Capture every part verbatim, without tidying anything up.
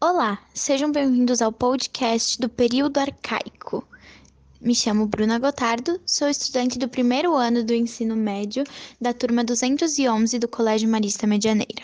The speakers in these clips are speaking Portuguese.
Olá, sejam bem-vindos ao podcast do Período Arcaico. Me chamo Bruna Gotardo, sou estudante do primeiro ano do ensino médio da turma duzentos e onze do Colégio Marista Medianeira.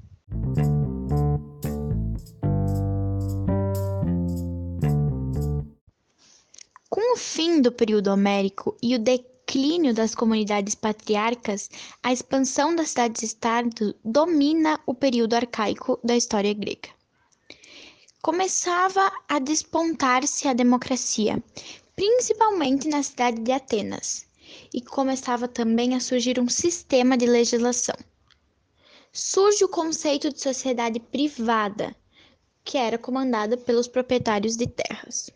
Com o fim do período homérico e o declínio das comunidades patriarcas, a expansão das cidades-estado domina o período arcaico da história grega. Começava a despontar-se a democracia, principalmente na cidade de Atenas, e começava também a surgir um sistema de legislação. Surge o conceito de sociedade privada, que era comandada pelos proprietários de terras.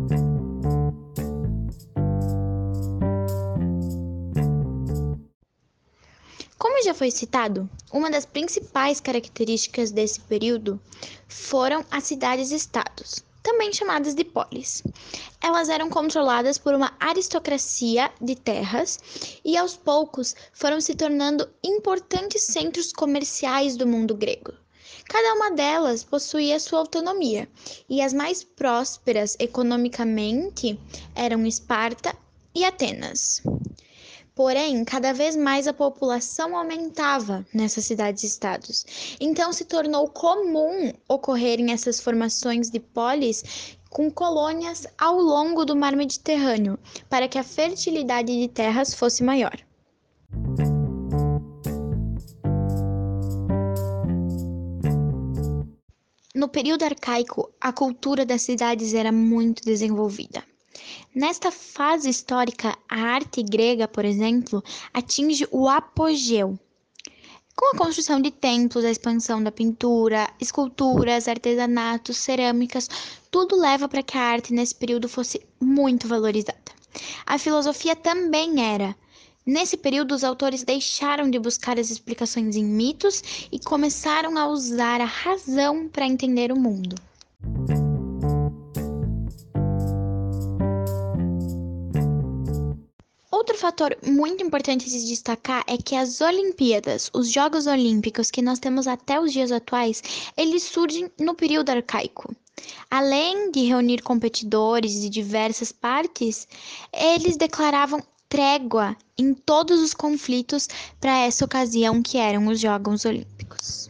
Como já foi citado, uma das principais características desse período foram as cidades-estados, também chamadas de polis. Elas eram controladas por uma aristocracia de terras e, aos poucos, foram se tornando importantes centros comerciais do mundo grego. Cada uma delas possuía sua autonomia, e as mais prósperas economicamente eram Esparta e Atenas. Porém, cada vez mais a população aumentava nessas cidades-estados. Então, se tornou comum ocorrerem essas formações de polis com colônias ao longo do mar Mediterrâneo, para que a fertilidade de terras fosse maior. No período arcaico, a cultura das cidades era muito desenvolvida. Nesta fase histórica, a arte grega, por exemplo, atinge o apogeu. Com a construção de templos, a expansão da pintura, esculturas, artesanatos, cerâmicas, tudo leva para que a arte nesse período fosse muito valorizada. A filosofia também era. Nesse período, os autores deixaram de buscar as explicações em mitos e começaram a usar a razão para entender o mundo. Outro fator muito importante de destacar é que as Olimpíadas, os Jogos Olímpicos que nós temos até os dias atuais, eles surgem no período arcaico. Além de reunir competidores de diversas partes, eles declaravam trégua em todos os conflitos para essa ocasião que eram os Jogos Olímpicos.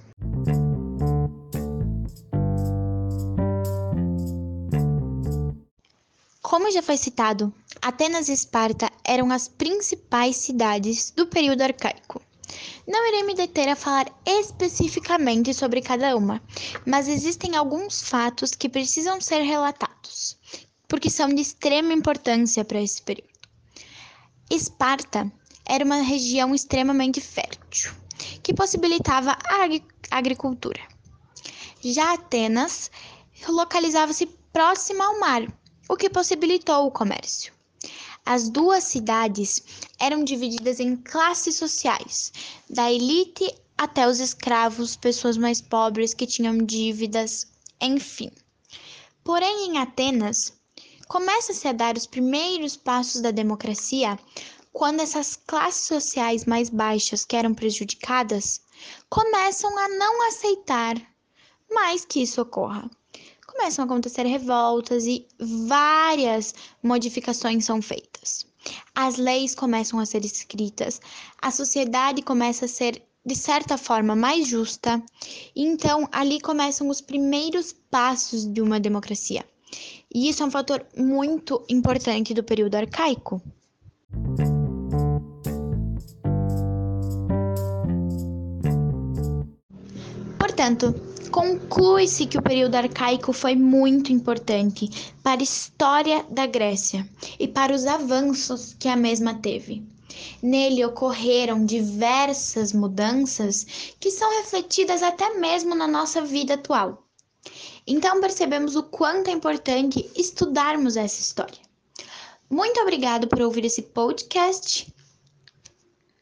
Como já foi citado, Atenas e Esparta eram as principais cidades do período arcaico. Não irei me deter a falar especificamente sobre cada uma, mas existem alguns fatos que precisam ser relatados, porque são de extrema importância para esse período. Esparta era uma região extremamente fértil, que possibilitava a ag- agricultura. Já Atenas localizava-se próxima ao mar, o que possibilitou o comércio. As duas cidades eram divididas em classes sociais, da elite até os escravos, pessoas mais pobres que tinham dívidas, enfim. Porém, em Atenas, começa-se a dar os primeiros passos da democracia quando essas classes sociais mais baixas, que eram prejudicadas, começam a não aceitar mais que isso ocorra. Começam a acontecer revoltas e várias modificações são feitas. As leis começam a ser escritas, a sociedade começa a ser, de certa forma, mais justa, e então ali começam os primeiros passos de uma democracia. E isso é um fator muito importante do período arcaico. Portanto, conclui-se que o período arcaico foi muito importante para a história da Grécia e para os avanços que a mesma teve. Nele ocorreram diversas mudanças que são refletidas até mesmo na nossa vida atual. Então percebemos o quanto é importante estudarmos essa história. Muito obrigado por ouvir esse podcast